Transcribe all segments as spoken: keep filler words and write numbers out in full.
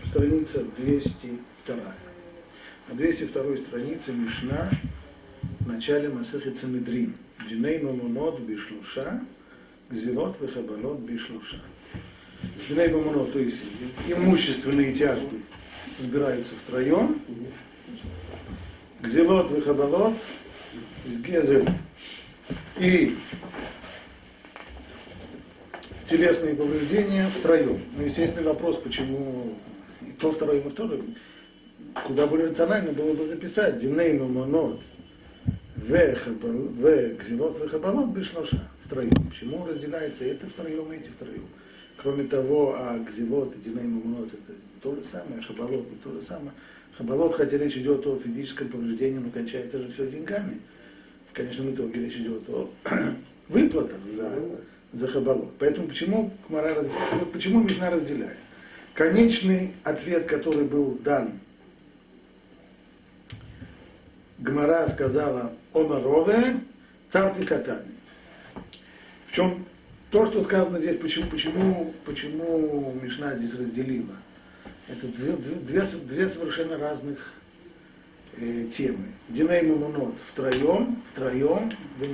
страница двести вторая. На двести второй странице Мишна в начале Масехет Санедрин. Диней мамонот бишлуша, гзилот вехабалот бишлуша. Диней мамонот, то есть имущественные тяжбы разбираются втроем. Гзилот вехабалот, гезель и телесные повреждения втроем. Ну, естественный вопрос, почему и то второе, и то второе. Куда более рационально было бы записать Диней мамонот в гзилот вехабалот бишлуша втроем. Почему разделяется это втроем и эти втроем? Кроме того, а гзилот и Диней мамонот это не то же самое, а хабалот не то же самое. Хабалот, хотя речь идет о физическом повреждении, но кончается же все деньгами. В конечном итоге речь идет о выплатах за, за хабалот. Поэтому почему, почему Мишна разделяет? Конечный ответ, который был дан, Гмара сказала «Омарове тарти катани». В чем то, что сказано здесь, почему, почему, почему Мишна здесь разделила? Это две, две, две совершенно разных э, темы. Диней мамонот втроем, втроем,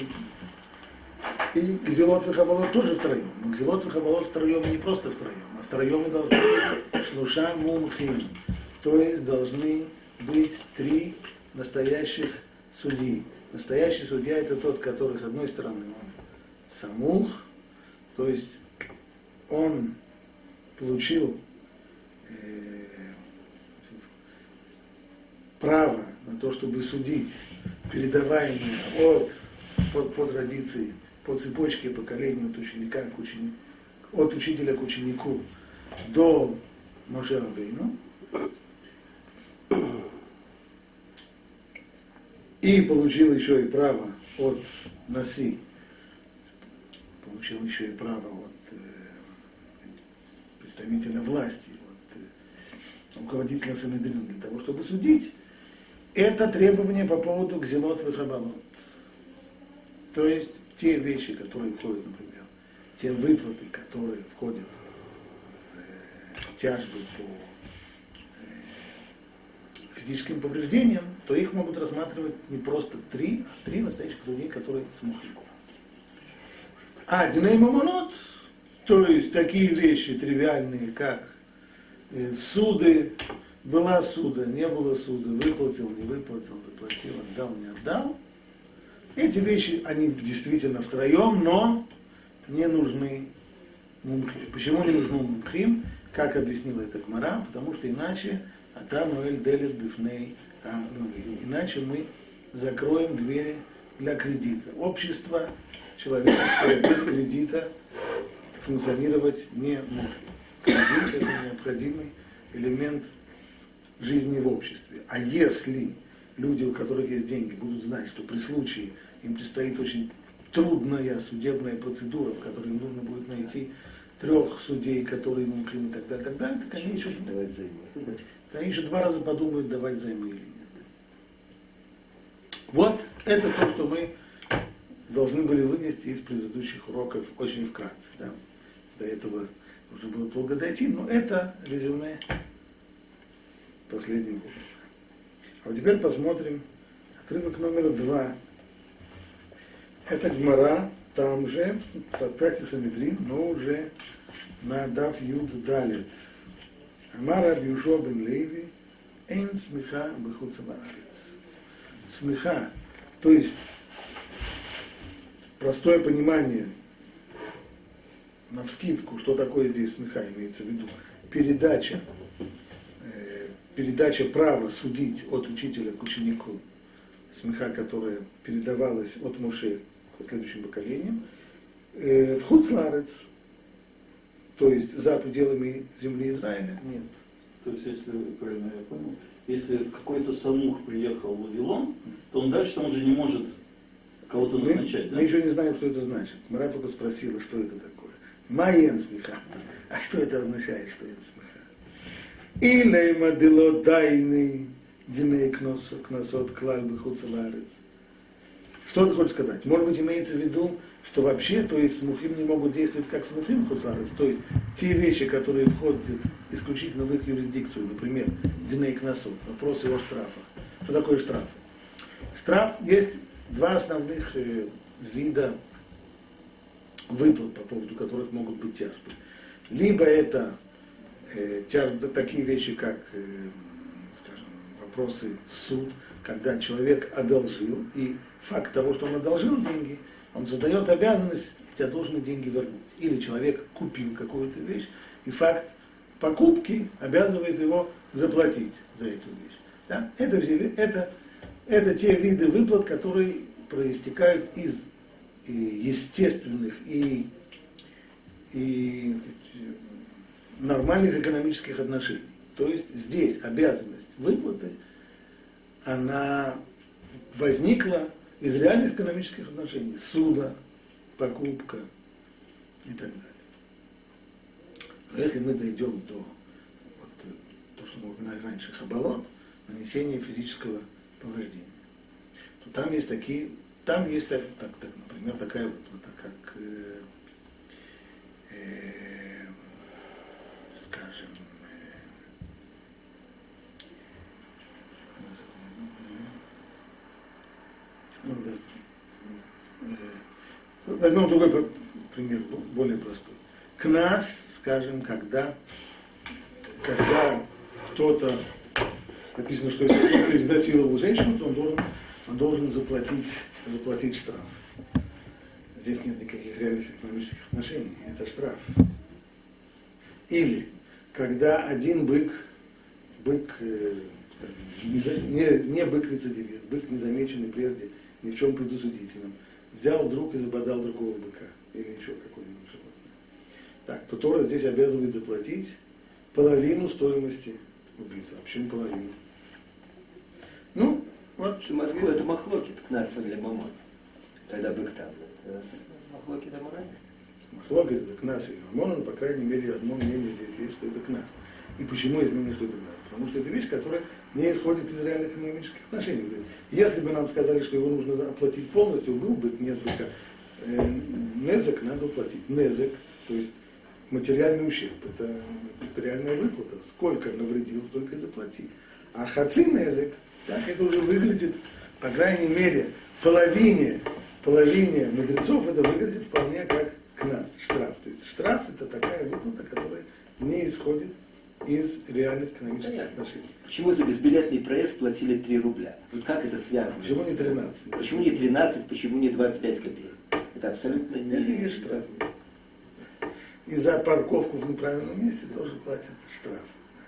и гзилот вехабалот тоже втроем. Но гзилот вехабалот втроем не просто втроем, а втроем и должны быть шлуша мумхим. То есть должны быть три настоящих судьи. Настоящий судья это тот, который, с одной стороны, он самух, то есть он получил э, право на то, чтобы судить, передаваемое от, под, под традиции, по цепочке поколения от ученика к ученику, от учителя к ученику до Моше Рабейну. И получил еще и право от Наси, получил еще и право от э, представителя власти, от э, руководителя Санедрина для того, чтобы судить. Это требование по поводу гзилот вехабалот. То есть те вещи, которые входят, например, те выплаты, которые входят в э, тяжбы по физическим повреждениям, то их могут рассматривать не просто три, а три настоящих судей, которые смогли. А Диней мамонот, то есть такие вещи тривиальные, как э, суды, была суда, не было суда, выплатил, не выплатил, заплатил, отдал, не отдал. Эти вещи, они действительно втроем, но не нужны мумхим. Почему не нужны мумхим? Как объяснила это Гмара? Потому что иначе Атамуэль делит бифней, иначе мы закроем двери для кредита. Общество человеческое без кредита функционировать не может. Кредит – это необходимый элемент жизни в обществе. А если люди, у которых есть деньги, будут знать, что при случае им предстоит очень трудная судебная процедура, в которой им нужно будет найти трех судей, которые ему и так далее, так далее, так они еще, они еще два раза подумают, давать займы или нет. Вот это то, что мы должны были вынести из предыдущих уроков очень вкратце. Да? До этого нужно было долго дойти, но это резюме последнего урока. А вот теперь посмотрим отрывок номер два. Это Гмара, там же, в трактате Санедрин, но уже на Дав Юд Далет. Амара Бьюшо бен Леви, эйн смеха бехуца лаарец. Смеха, то есть простое понимание навскидку, что такое здесь смеха, имеется в виду, передача, э, передача права судить от учителя к ученику, смеха, которая передавалась от Моше к следующим поколениям, э, в хуцларец, то есть за пределами земли Израиля, нет. То есть, если правильно я понял, если какой-то самух приехал в Вавилон, то он дальше там уже не может кого-то назначать, мы, да? Мы еще не знаем, что это значит. Мара только спросила, что это такое. Майен смеха. А что это означает, что это смеха? Илейма дело дайны диней кносот клаль бхуцеларец. Что ты хочешь сказать? Может быть, имеется в виду, что вообще, то есть смухим не могут действовать как смухим хуцларец, то есть те вещи, которые входят исключительно в их юрисдикцию, например, диней кнасот, вопрос его штрафа. Что такое штраф? Штраф, есть два основных э, вида выплат, по поводу которых могут быть тяжбы. Либо это э, тяжбы, такие вещи, как, э, скажем, вопросы суд, когда человек одолжил, и факт того, что он одолжил деньги, он задает обязанность тебя должны деньги вернуть. Или человек купил какую-то вещь, и факт покупки обязывает его заплатить за эту вещь. Да? Это, это, это те виды выплат, которые проистекают из естественных и, и нормальных экономических отношений. То есть здесь обязанность выплаты, она возникла из реальных экономических отношений, суда, покупка и так далее. Но если мы дойдем до вот, то, что мы упоминали раньше, хабалот, нанесение физического повреждения, то там есть такие, там есть, так, так, так, например, такая выплата, как, э, э, скажем, э, э, возьмем другой пример, более простой. Кнас, скажем, когда, когда кто-то, написано, что если кто-то изнасиловал женщину, то он должен, он должен заплатить, заплатить штраф. Здесь нет никаких реальных экономических отношений, это штраф. Или когда один бык, бык э, не, не, не бык-рецидивист, бык незамеченный прежде ни в чем предусудительном, взял вдруг и забодал другого быка или еще какое-нибудь животное. Так, то Тора здесь обязывает заплатить половину стоимости убийства. Почему половину? Ну, вот. В Москве это махлоки, кнас или мамон. Когда бык там. Это махлоки да мораль. Махлоки это кнас или мамон, но, по крайней мере, одно мнение здесь есть, что это кнас. И почему есть мнение, что это кнас? Потому что это вещь, которая не исходит из реальных экономических отношений. То есть, если бы нам сказали, что его нужно оплатить полностью, был бык, нет быка, э, незек надо уплатить. Незек, то есть материальный ущерб, это, это реальная выплата. Сколько навредил, столько и заплати. А хаци незек, так, это уже выглядит, по крайней мере, половине, половине мудрецов это выглядит вполне как кнас, штраф. То есть штраф это такая выплата, которая не исходит из реальных экономических Понятно. отношений. Почему за безбилетный проезд платили три рубля? Вот как это связано? Почему не тринадцать? Почему не тринадцать, почему не двадцать пять копеек? Это абсолютно не... Это и есть штраф. И за парковку в неправильном месте тоже платят штраф.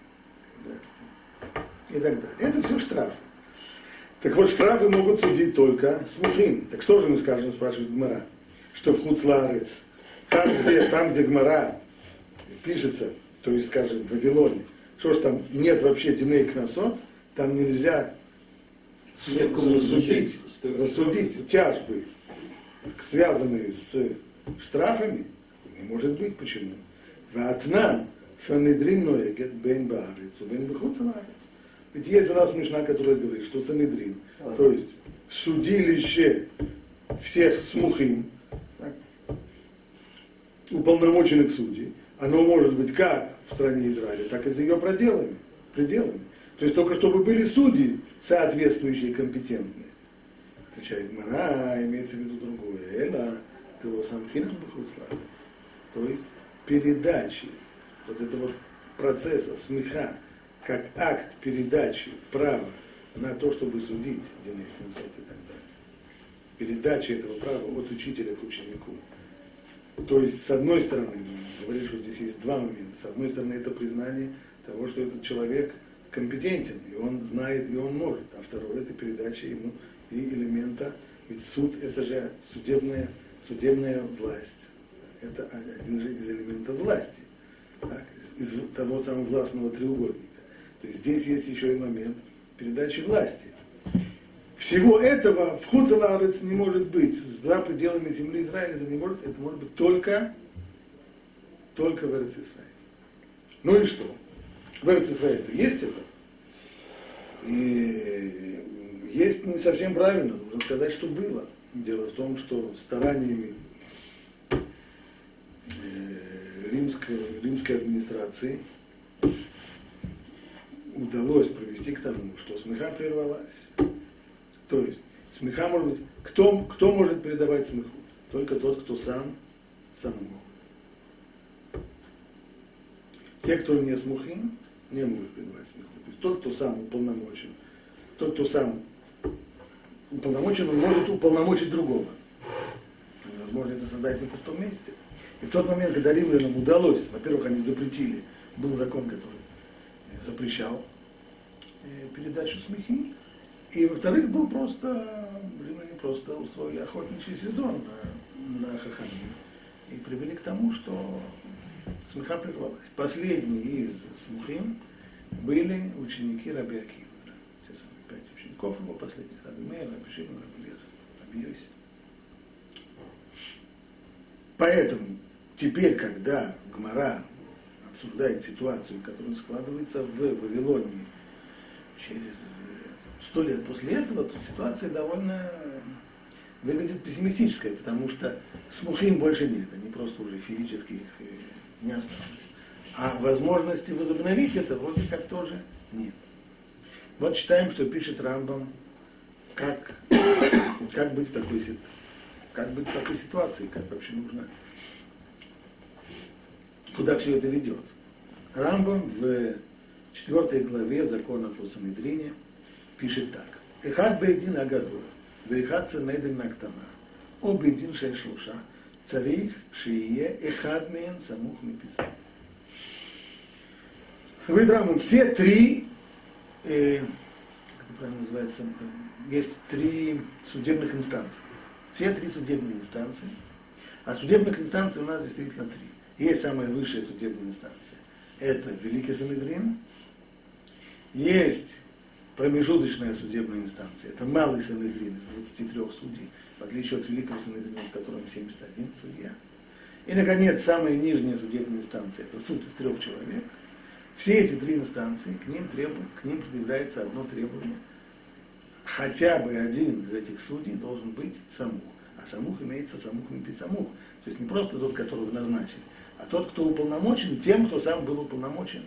Да. И так далее. Это все штрафы. Так вот, штрафы могут судить только смухим. Так что же мы скажем, спрашивает Гмара? Что в Хуцлаарец, там, где, там, где Гмара пишется, то есть, скажем, в Вавилоне, что ж там нет вообще диней кнасот, там нельзя рассудить, рассудить тяжбы, связанные с штрафами, не может быть. Почему? Ваатнан санедрин ноегет бен баарец, бен бехуц лаарец. Ведь есть у нас мишна, которая говорит, что санедрин, то есть судилище всех смухим, так, уполномоченных судей, оно может быть как в стране Израиля, так и за ее пределами. пределами. То есть только чтобы были судьи соответствующие, компетентные. Отвечает Гмара, имеется в виду другое. Эла, тылосамхинам бхуцларец. То есть передачи вот этого процесса смеха, как акт передачи права на то, чтобы судить диней кнасот и так далее. Передача этого права от учителя к ученику. То есть, с одной стороны, мы говорили, что здесь есть два момента. С одной стороны, это признание того, что этот человек компетентен, и он знает, и он может. А второе, это передача ему и элемента, ведь суд – это же судебная, судебная власть. Это один же из элементов власти, так, из, из того самого властного треугольника. То есть здесь есть еще и момент передачи власти. Всего этого в Хуцлаарец не может быть. За пределами земли Израиля это не может, это может быть только, только в Эрец Исраиле. Ну и что? В Эрец Исраиле есть это. И есть не совсем правильно, нужно сказать, что было. Дело в том, что стараниями римской, римской администрации удалось привести к тому, что смеха прервалась. То есть смеха может быть, кто, кто может передавать смеху? Только тот, кто сам самому. Те, кто не смухим, не могут передавать смеху. То есть тот, кто сам уполномочен, тот, кто сам уполномочен, он может уполномочить другого. Невозможно это создать на пустом месте. И в тот момент, когда римлянам удалось, во-первых, они запретили, был закон, который запрещал передачу смехи, и во-вторых, был просто, римляне просто устроили охотничий сезон на, на хахамим и привели к тому, что смеха прервалась. Последние из смухим были ученики Раби Акивы. Те самые пять учеников его последних, Раби Меир, Раби Шимон, Раби Лезер, Раби Йоси. Поэтому теперь, когда Гмара обсуждает ситуацию, которая складывается в Вавилонии через сто лет после этого, то ситуация довольно выглядит пессимистической, потому что смухим больше нет, они просто уже физически их не осталось. А возможности возобновить это вроде как тоже нет. Вот читаем, что пишет Рамбам, как, как, быть в такой, как быть в такой ситуации, как вообще нужно, куда все это ведет. Рамбам в четвертой главе законов о Санедрине пишет так. Эхад бейдин агадур, вейхад ценедин нактана, о бейдин шейшлуша, царих шие эхад мен самух миписам. Говорит Рамбам, все три, э, как это правильно называется, э, есть три судебных инстанции. Все три судебные инстанции. А судебных инстанций у нас действительно три. Есть самая высшая судебная инстанция. Это Великий Санедрин. Есть промежуточная судебная инстанция. Это Малый Санедрин из двадцати трёх судей, в отличие от Великого Санедрина, в котором семьдесят один судья. И, наконец, самая нижняя судебная инстанция. Это суд из трех человек. Все эти три инстанции, к ним, требуют, к ним предъявляется одно требование. Хотя бы один из этих судей должен быть самух. А самух имеется самух мипи самух. То есть не просто тот, которого назначили, а тот, кто уполномочен тем, кто сам был уполномочен.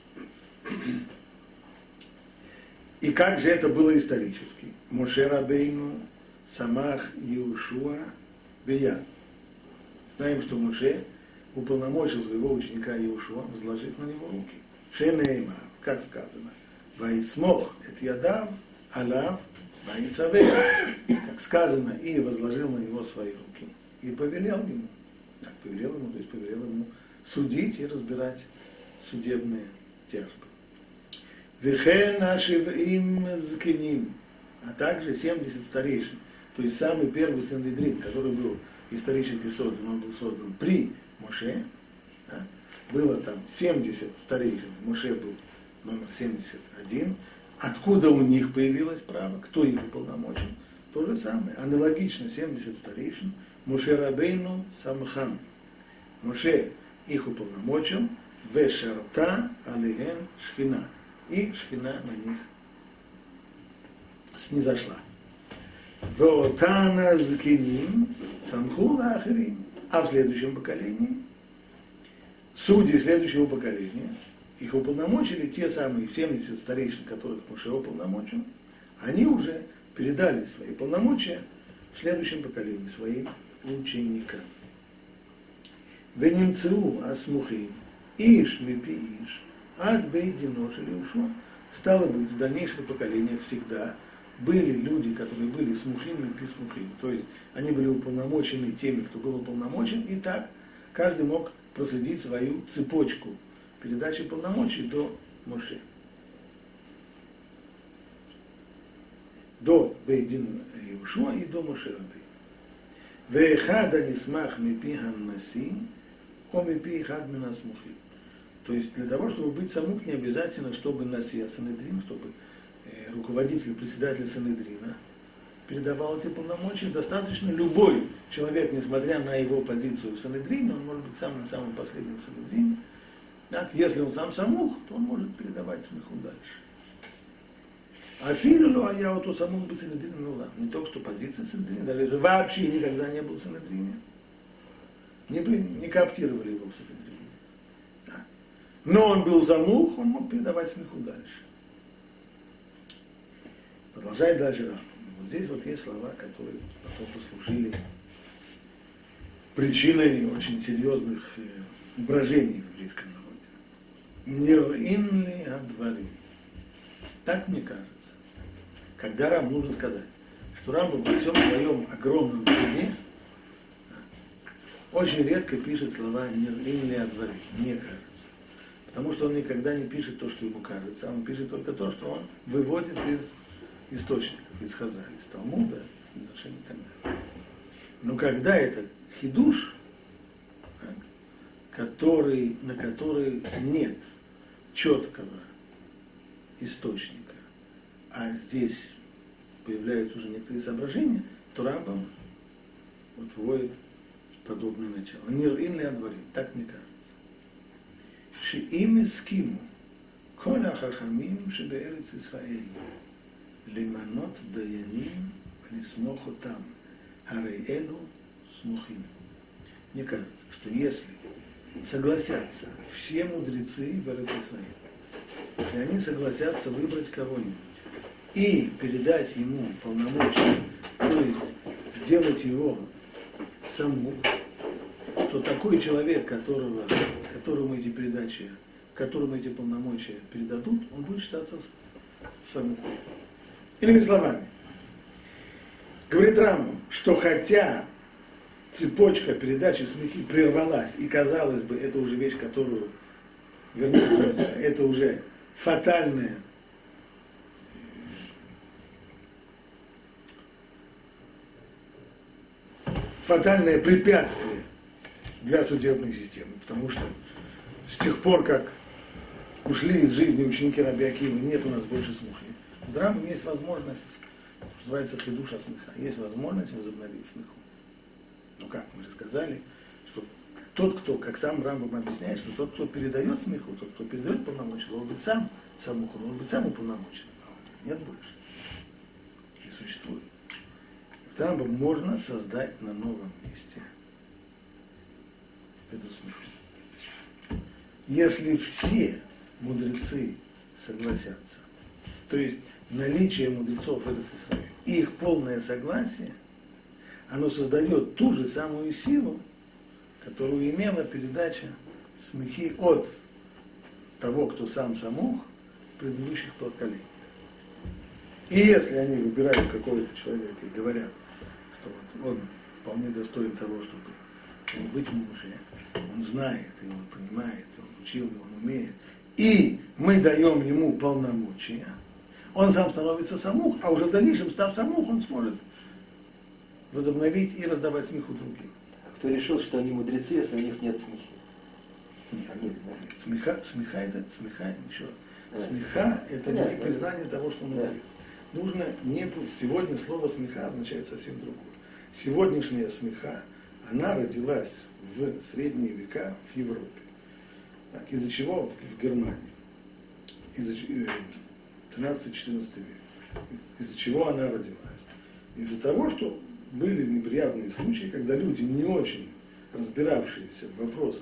И как же это было исторически? Моше Рабейну самах Иешуа бияд. Знаем, что Моше уполномочил своего ученика Иешуа, возложив на него руки. Шенейма, как сказано, ваисмох эт ядав алав ваицавех, как сказано, и возложил на него свои руки, и повелел ему, как повелел ему, то есть повелел ему судить и разбирать судебные тяжбы. Вехен ашивим зкиним, а также семьдесят старейшин, то есть самый первый Санедрин, который был исторически создан, он был создан при Моше, да? Было там семьдесят старейшин, Моше был номер семьдесят один. Откуда у них появилось право, кто их уполномочен? То же самое, аналогично семьдесят старейшин, Моше Рабейну самхан. Моше их уполномочил, вешарта алиген шхина. И шхина на них снизошла. Вотана зкиним самху лахирим. А в следующем поколении судьи следующего поколения, их уполномочили те самые семьдесят старейшин, которых Моше уполномочил, они уже передали свои полномочия в следующем поколении своим ученикам. Венемцу асмухим иш мипи иш ад бейдино шели Иешуа. Стало быть, в дальнейших поколениях всегда были люди, которые были смухим и писмухим. То есть они были уполномочены теми, кто был уполномочен, и так каждый мог проследить свою цепочку передачи полномочий до Моше. До Бейдин Иешуа и до Моше Рабейну. Веэхада нисмах мипи хан-наси, о мипи хад мин асмухим. То есть для того, чтобы быть самух, не обязательно, чтобы наси Санедрин, чтобы э, руководитель, председатель Санедрина передавал эти полномочия. Достаточно любой человек, несмотря на его позицию в Санедрине, он может быть самым-самым последним в Санедрине. Так, если он сам самух, то он может передавать смеху дальше. А Филю, а я вот у самого бы Санедрин была. Не только что позиция в Санедрине, даже вообще никогда не был в Санедрине. Не, не кооптировали его в Санедрине. Да. Но он был замух, он мог передавать смеху дальше. Продолжает дальше Рамбам. Вот здесь вот есть слова, которые потом послужили причиной очень серьезных брожений в еврейском народе. Нир инли адварим. Так мне кажется. Когда Рам, нужно сказать, что Рамбам во всем своем огромном труде очень редко пишет слова «нир инли адварим», мне кажется. Потому что он никогда не пишет то, что ему кажется, а он пишет только то, что он выводит из источников, из Хазали, из Талмуда, из Мидрашим и так далее. Но когда это хидуш, который, на который нет четкого источника, а здесь появляются уже некоторые соображения, то Рамбам вот вводит подобное начало. Нир инли адварим, так мне кажется. Шиим искиму коля хахамим шебеэрец Исраэль лиманот даяним лисмоху там харейэлу смухим. Мне кажется, что если согласятся все мудрецы в Эрец Исраэль, если они согласятся выбрать кого-нибудь и передать ему полномочия, то есть сделать его саму, то такой человек, которого, которому эти передачи, которому эти полномочия передадут, он будет считаться саму. Иными словами, говорит Рамбам, что хотя цепочка передачи смехи прервалась, и казалось бы, это уже вещь, которую вернуть нельзя, это уже фатальное фатальное препятствие для судебной системы, потому что с тех пор, как ушли из жизни ученики Раби Акивы, нет у нас больше смухи. В Рамбам есть возможность, что называется хидуш смеха, есть возможность возобновить смеху. Ну как, мы же сказали, что тот, кто, как сам Рамбам объясняет, что тот, кто передает смеху, тот, кто передает полномочия, должен быть сам самуху, должен быть сам уполномочен. Нет больше. Не существует. Рамбам можно создать на новом месте эту смеху. Если все мудрецы согласятся, то есть наличие мудрецов Эрец Исраэль и их полное согласие, оно создает ту же самую силу, которую имела передача смехи от того, кто сам самух, предыдущих поколений. И если они выбирают какого-то человека и говорят, что вот он вполне достоин того, чтобы быть мумхе, он знает, и он понимает, и он учил, и он умеет, и мы даем ему полномочия, он сам становится самух, а уже в дальнейшем, став самух, он сможет возобновить и раздавать смеху другим. А кто решил, что они мудрецы, если у них нет смехи? Нет, нет, нет. Смеха, смеха это, смеха, еще раз, да. Смеха это да, не да, признание да. того, что он мудрец. Да. Нужно не, сегодня слово смеха означает совсем другое. Сегодняшняя смеха, она родилась в средние века в Европе. Так, из-за чего в, в Германии? Из-за тринадцатый-четырнадцатый век. Из-за чего она родилась? Из-за того, что были неприятные случаи, когда люди, не очень разбиравшиеся в вопросах,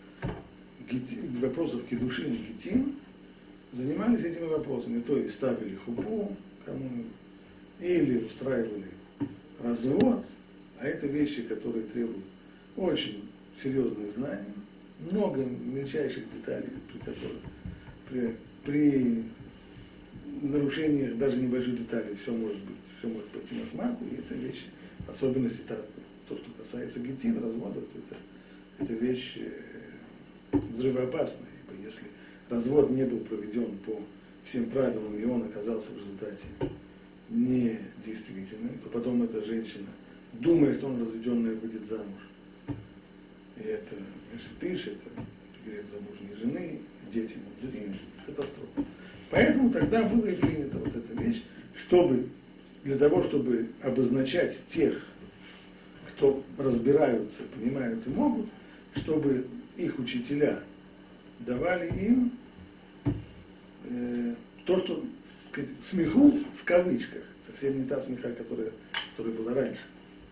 в вопросах кидушин и гитин, занимались этими вопросами, то есть ставили хупу кому-нибудь, или устраивали развод, а это вещи, которые требуют очень серьезных знаний, много мельчайших деталей, при которых при, при нарушениях даже небольших деталей все может быть, все может пойти на смарку, и это вещи, особенности то, то что касается гетин, разводов, это, это вещь э, взрывоопасная, ибо если развод не был проведен по всем правилам, и он оказался в результате недействительным, то потом эта женщина, думая, что он разведенная, выйдет замуж. И это шитыш, это грех замужней жены, дети мудзрим, катастрофа. Поэтому тогда было и принято вот эта вещь, чтобы, для того, чтобы обозначать тех, кто разбираются, понимают и могут, чтобы их учителя давали им э, то, что смеху в кавычках, совсем не та смеха, которая, которая была раньше.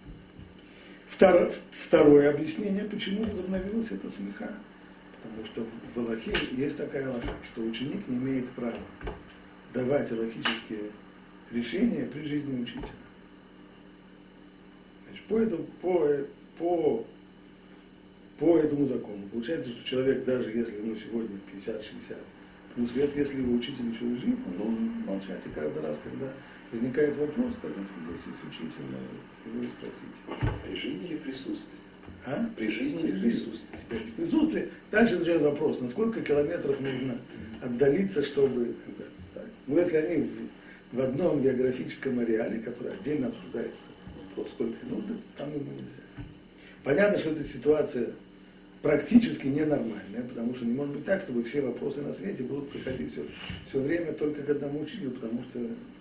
Втор, второе объяснение, почему возобновилась эта смеха. Потому что в Алахе есть такая Алаха, что ученик не имеет права давать алахические решения при жизни учителя. Значит, по, этому, по, по, по этому закону получается, что человек, даже если ему сегодня пятьдесят-шестьдесят плюс лет, если его учитель еще и жив, он должен молчать. И каждый раз, когда возникает вопрос, сказать, что здесь есть учитель, его и спросить. При жизни или в присутствии? А? При жизни или в присутствии? Теперь в присутствии. Дальше начинает вопрос, на сколько километров нужно отдалиться, чтобы... Так. Ну, если они в, в одном географическом ареале, который отдельно обсуждается, вопрос, сколько нужно, то там ему нельзя. Понятно, что эта ситуация практически ненормальная, потому что не может быть так, чтобы все вопросы на свете будут приходить все, все время только к одному учителю, потому что...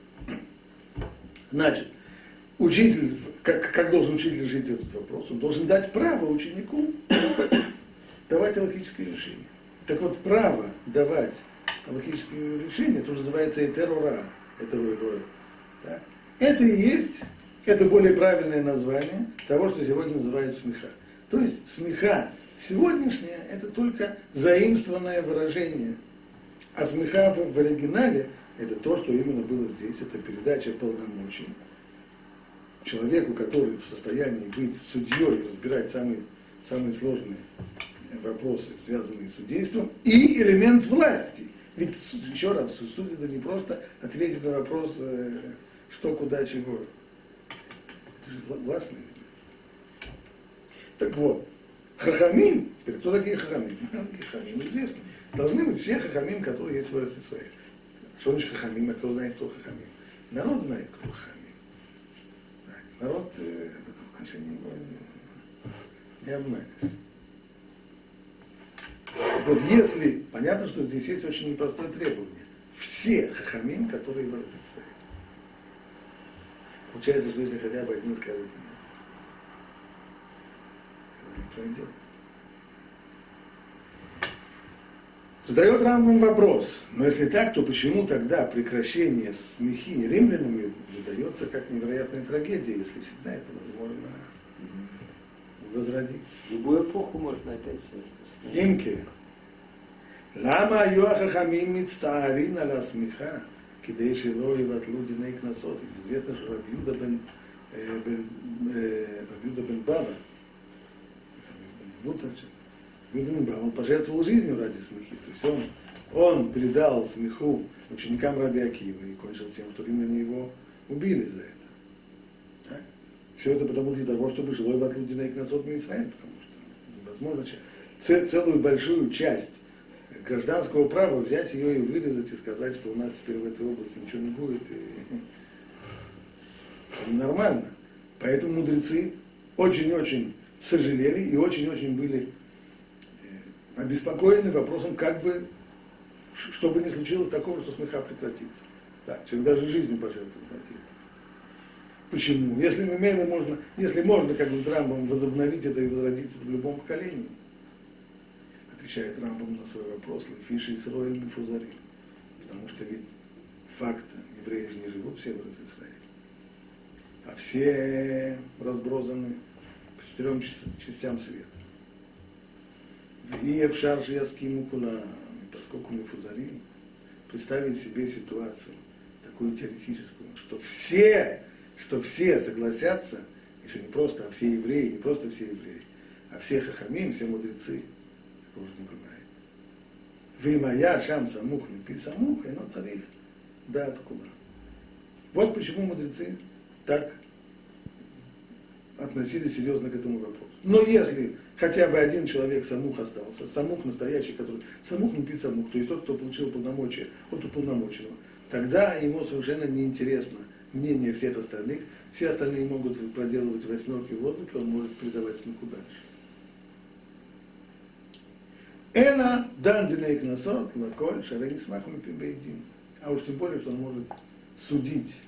Значит, учитель, как, как должен учитель решить этот вопрос? Он должен дать право ученику давать алахическое решение. Так вот, право давать алахическое решение, то, что называется этерора, этерой-рой, да? Это и есть, это более правильное название того, что сегодня называют смеха. То есть смеха сегодняшняя – это только заимствованное выражение, а смеха в, в оригинале – это то, что именно было здесь, это передача полномочий человеку, который в состоянии быть судьей, разбирать самые, самые сложные вопросы, связанные с судейством, и элемент власти. Ведь, еще раз, суд это не просто ответить на вопрос, что, куда, чего. Это же властный элемент. Так вот, хахамим, теперь кто такие хахамим? Хахамим известны. Должны быть все хахамим, которые есть в Израиле. Что значит хахамим, а кто знает, кто хахамим? Народ знает, кто хахамим. Народ, э, значит, его не, не обманешь. Вот если, понятно, что здесь есть очень непростое требование. Все хахамим, которые в Израиле. Получается, что если хотя бы один скажет нет, тогда не пройдет. Задает Рамбам вопрос, но если так, то почему тогда прекращение смехи римлянами выдается как невероятная трагедия, если всегда это возможно возродить? В любую эпоху можно опять все. Имке. Лама аюаха хамим мицтаарин аля смеха, кидей шило иватлу диней кнасот. Известно, что Рабиуда бен, э, бен, э, Рабиуда бен Бава, он пожертвовал жизнью ради смехи. То есть он, он передал смеху ученикам Раби Акивы и кончил тем, что римляне его убили за это. Так? Все это потому для того, чтобы жилой ватлу диней кнасот Мицраим, потому что невозможно целую большую часть гражданского права взять ее и вырезать и сказать, что у нас теперь в этой области ничего не будет. И... Это ненормально. Поэтому мудрецы очень-очень сожалели и очень-очень были обеспокоены вопросом, как бы, чтобы не случилось такого, что смеха прекратится. Да, человек даже жизнью пожертвует ради этого. Почему? Если мемейно можно, если можно, как бы Рамбам, возобновить это и возродить это в любом поколении, отвечает Рамбам на свой вопрос, Лефиши и Исроэль Мифузари. Потому что ведь факт, евреи же не живут все в Израиле, а все разбросаны по четырем частям света. И в шарже яскиму кула, поскольку Мифузарим, представить себе ситуацию такую теоретическую, что все, что все согласятся, еще не просто, а все евреи, не просто все евреи, а все хахамим, все мудрецы, такого же не бывает. Вы моя шам самух мипи самух, и но царих да откуда. Вот почему мудрецы так относились серьезно к этому вопросу. Но если хотя бы один человек самух остался, самух настоящий, который самух мипи самух, то есть тот, кто получил полномочия от уполномоченного, тогда ему совершенно неинтересно мнение всех остальных, все остальные могут проделывать восьмерки в воздухе, он может передавать смеху дальше. Эна дан диней кнасот, лаколь, шарей не смахом и бейдин. А уж тем более, что он может судить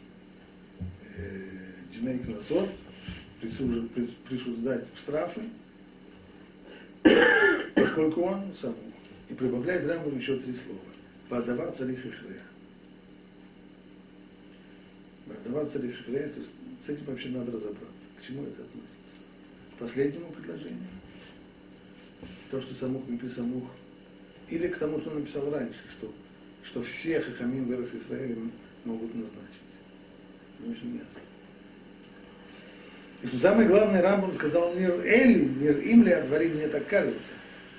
диней кнасот, присуждать штрафы, поскольку он самух. И прибавляет Рамбам еще три слова. Вадавар царих ихрея. Давать царих то есть с этим вообще надо разобраться. К чему это относится? К последнему предложению? То, что самух мипи самух? Или к тому, что он написал раньше, что, что все хахамим в Эрец Исраэле могут назначить? Не очень ясно. И что самое главное, Рамбам сказал мир Эли, мир Имли отвори, мне так кажется.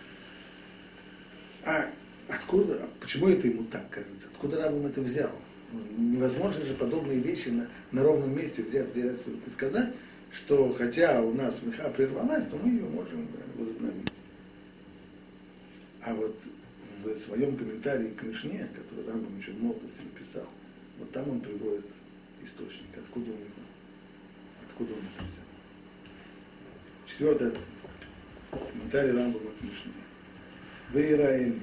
А откуда, почему это ему так кажется? Откуда Рамбам это взял? Невозможно же подобные вещи на, на ровном месте взять, взять и сказать, что хотя у нас меха прервалась, то мы ее можем возобновить. А вот в своем комментарии к Мишне, который Рамбам еще в молодости написал, вот там он приводит источник, откуда у него, откуда он это взял. Четвертое, комментарий Рамбама к Мишне. Вейраэли.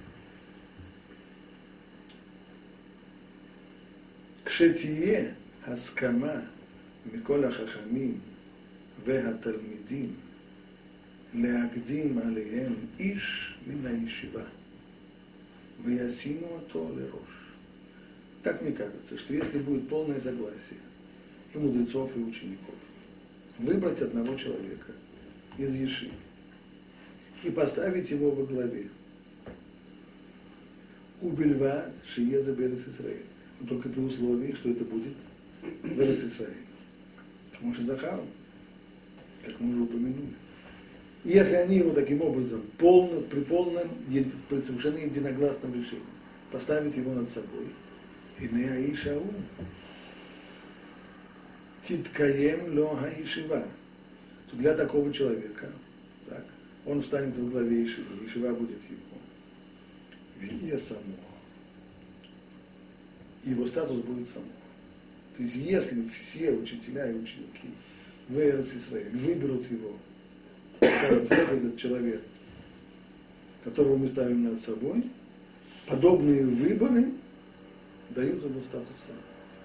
Кшетие хаскама микол החכמים והתלמידים להקדים עליהם איש מן הישיבה וישימו אותו לראש. Так мне кажется, что если будет полное согласие и мудрецов, и учеников, выбрать одного человека из ешивы и поставить его во главе, убельват шиеза берес Исраэль, но только при условии, что это будет берес Исраэль. Как мы уже Захаром, как мы уже упомянули. И если они его таким образом, полно, при полном, при совершенно единогласном решении, поставить его над собой, и не аишау, титкаем ло хаишива, то для такого человека, так, он встанет во главе ешивы, ешива будет его, вие самух, его статус будет самух. То есть если все учителя и ученики в Эрец Исраэль выберут его, скажут, вот этот человек, которого мы ставим над собой, подобные выборы дают ему статус самух.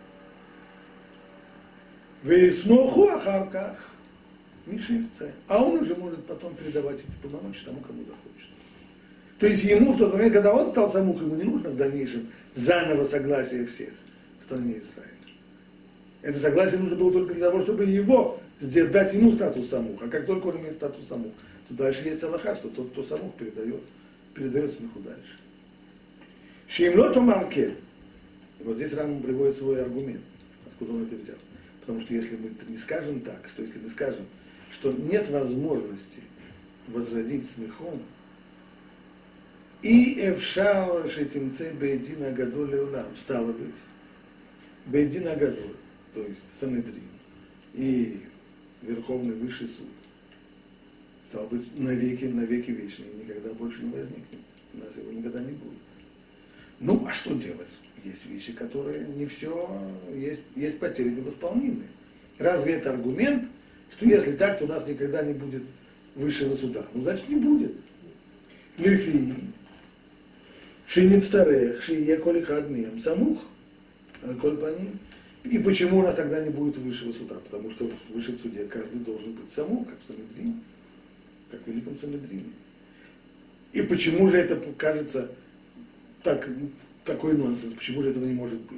Вейсмоху ахарках мишивца. А он уже может потом передавать эти полномочия тому, кому захочет. То есть ему в тот момент, когда он стал самух, ему не нужно в дальнейшем заново согласие всех в стране Израиля. Это согласие нужно было только для того, чтобы его дать ему статус самуха. А как только он имеет статус самух, то дальше есть алаха, что тот, кто самух передает, передает смеху дальше. Шеймлото маркель. И вот здесь Рамбам приводит свой аргумент, откуда он это взял. Потому что если мы не скажем так, что если мы скажем, что нет возможности возродить смехом, и эвшар шетимце бейдин агадоль леулам, стало быть, бейдин агадоль, то есть Санедрин и Верховный Высший Суд, стало быть, навеки, навеки вечные, и никогда больше не возникнет. У нас его никогда не будет. Ну, а что делать? Есть вещи, которые не все, есть, есть потери невосполнимые. Разве это аргумент, что если так, то у нас никогда не будет высшего суда? Ну, значит, не будет. Лефи, шинит старех, шие колихад мем, самух, коль по ним. И почему у нас тогда не будет высшего суда? Потому что в высшем суде каждый должен быть самух, как в Санедрине, как в Великом Санедрине. И почему же это кажется так, такой нонсенс? Почему же этого не может быть?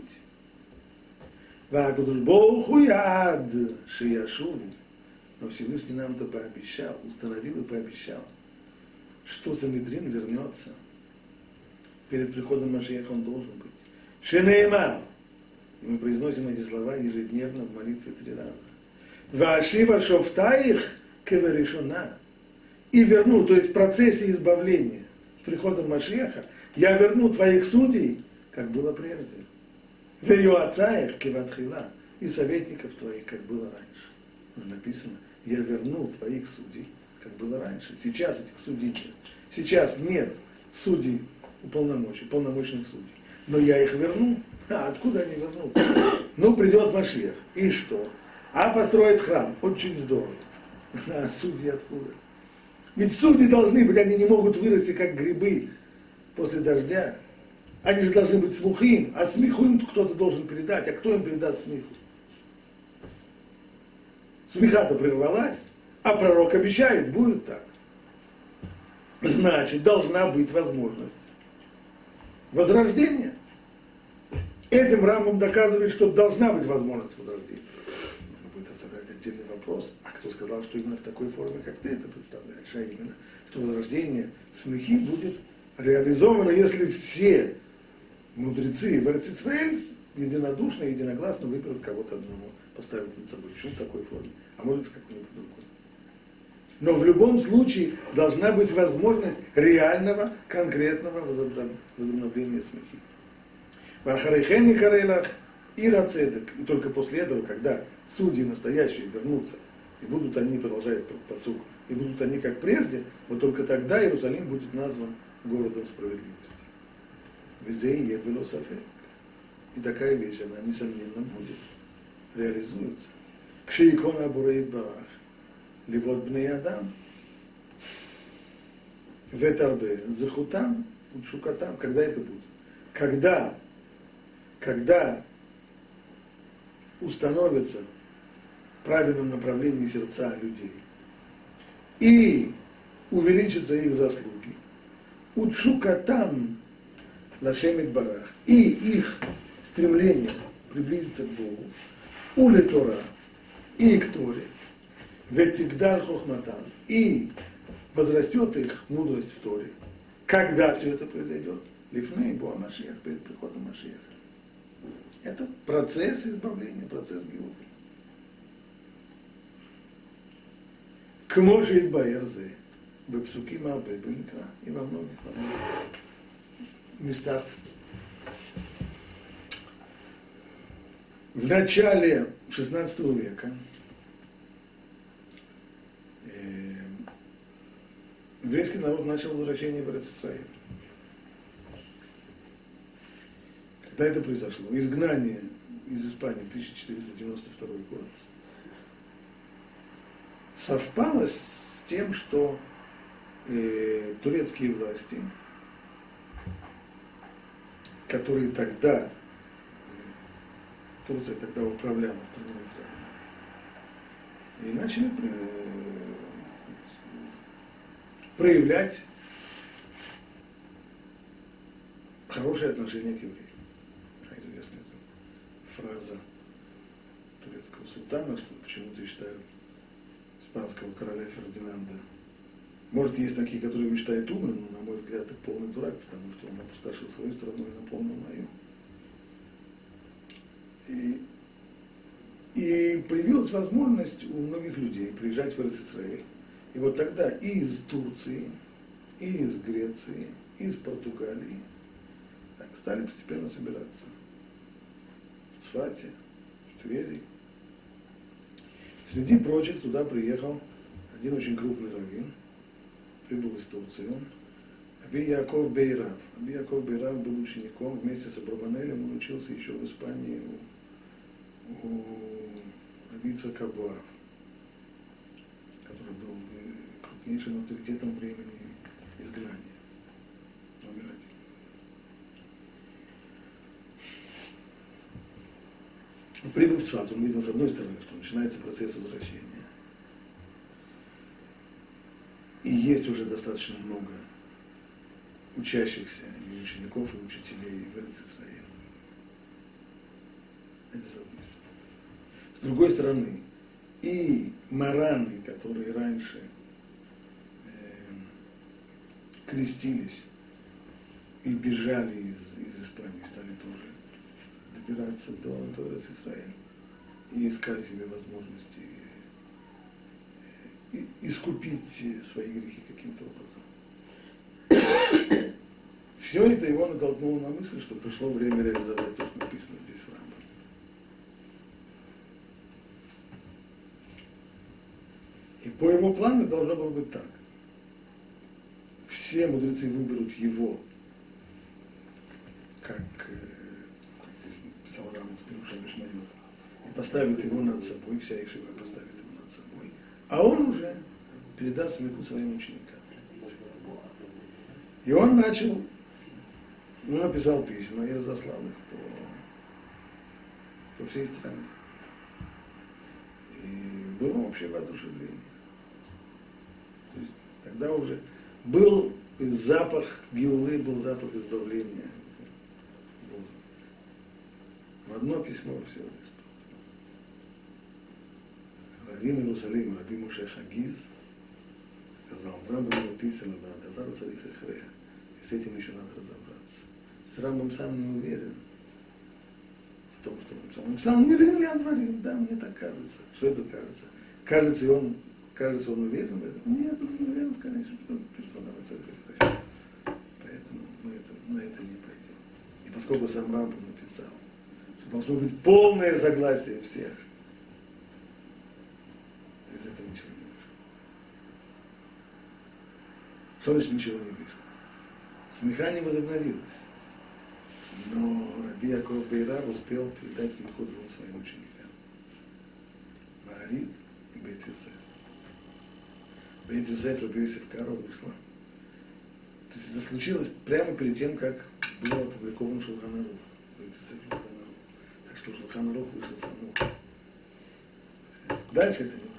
Но Всевышний нам это пообещал, установил и пообещал, что Санедрин вернется. Перед приходом Машиаха он должен быть. Шенеймар. И мы произносим эти слова ежедневно в молитве три раза. Вашива шофтаих кеверишона. И верну, то есть в процессе избавления с приходом Машиаха, я верну твоих судей, как было прежде. Веюацаих кеватхила. И советников твоих, как было раньше. Уже написано, я верну твоих судей, как было раньше. Сейчас этих судей нет. Сейчас нет судей уполномоченных, полномочных судей. Но я их верну. А откуда они вернутся? Ну, придет Машиах. И что? А построит храм. Очень здорово. А судьи откуда? Ведь судьи должны быть, они не могут вырасти, как грибы после дождя. Они же должны быть смухим. А смеху им кто-то должен передать. А кто им передаст смеху? Смеха-то прервалась. А пророк обещает, будет так. Значит, должна быть возможность возрождения. Этим Рамбам доказывает, что должна быть возможность возрождения. Нужно будет задать отдельный вопрос, а кто сказал, что именно в такой форме, как ты это представляешь, а именно, что возрождение смехи будет реализовано, если все мудрецы в Эрец-Исраэль единодушно, единогласно выберут кого-то одного, поставить над собой. Почему в такой форме? А может в какой-нибудь другой. Но в любом случае должна быть возможность реального, конкретного возобновления смехи. Вахарейхен и Карейлах и Рацедек. И только после этого, когда судьи настоящие вернутся, и будут они, продолжает подсук, и будут они как прежде, вот только тогда Иерусалим будет назван городом справедливости. Везде и было сафек. И такая вещь, она, несомненно, будет, реализуется. Кшиикона бурейт барах. Ливот бней адам. Ветарбе захутам, учукатам. Когда это будет? Когда, когда установятся в правильном направлении сердца людей и увеличатся их заслуги, учукатам лашемит барах, и их стремление приблизиться к Богу, уле Тора, и к Торе, ветигдар хохматам, и возрастет их мудрость в Торе. Когда все это произойдет? Лифней Боа Машиах, перед приходом Машиаха. Это процесс избавления, процесс геолога. Кможи и Баерзе, Бепсуки Марбе, Беникра, и во многих, во многих местах. В начале шестнадцатого века э, еврейский народ начал возвращение в Эрец-Исраэль. Когда это произошло? Изгнание из Испании тысяча четыреста девяносто второй год совпало с тем, что э, турецкие власти, которые тогда, э, Турция тогда управляла страной Израиля, и начали э, проявлять хорошее отношение к евреям. Известная фраза турецкого султана, что почему-то считают испанского короля Фердинанда. Может, есть такие, которые его считают умным, но, на мой взгляд, это полный дурак, потому что он опустошил свою страну и наполнил мою. И, и появилась возможность у многих людей приезжать в Эрец-Исраэль. И вот тогда и из Турции, и из Греции, и из Португалии так, стали постепенно собираться. В Цфате, в Твери. Среди прочих туда приехал один очень крупный раввин, прибыл из Турции он, Раби Яков Бейрав. Раби Яков Бейрав был учеником, вместе с Абрабанелем он учился еще в Испании у, у Раби Ицхака Абуав, который был крупнейшим авторитетом времени изгнания. Номер один. Прибыв в Цфат, он видел с одной стороны, что начинается процесс возвращения. И есть уже достаточно много учащихся, и учеников, и учителей в Эрец-Исраэль. Это с одной стороны. С другой стороны, и мараны, которые раньше э, крестились и бежали из, из Испании, стали тоже добираться до, до Эрец-Исраэль и искали себе возможности э, э, искупить свои грехи каким-то образом. Все это его натолкнуло на мысль, что пришло время реализовать то, что написано здесь в Рамбаме. И по его плану должно было быть так. Все мудрецы выберут его, как писал Рамбам в Пируша Мишнайот, и поставит его над собой, вся Ешива поставит его над собой, а он уже передаст смеху своим ученикам. И он начал, ну, написал письма и разослал их по, по всей стране. И было общее воодушевление. То есть тогда уже был запах геулы, был запах избавления в воздухе. в одно письмо все испортило. Раввин Иерусалим, Раби Муше Хагиз, сказал, в Рамбаме написано, да, Давар Царих Эхрея, и с этим еще надо разобраться. То есть Рамбам сам не уверен в том, что он написал. Он написал, не верен ли Андварим? Да, мне так кажется. Что это кажется? Кажется, и он, кажется, он уверен в этом? Нет, он не уверен, конечно, потому что он Давар Царих Эхрея. Поэтому мы это, на это не пойдем. И поскольку сам Рамбам написал, что должно быть полное согласие всех, из этого ничего не вышло. Что значит ничего не вышло? Смеха не возобновилась. Но Раби Яков Бейрав успел передать смеху двум своим ученикам. Маарит и Бейт Йосеф. Бейт Йосеф, Раби Йосеф Каро вышла. То есть это случилось прямо перед тем, как был опубликован Шулхан Арух. Бейт Йосеф Шулхан Арух. Так что Шулхан Арух вышел сам. Дальше это не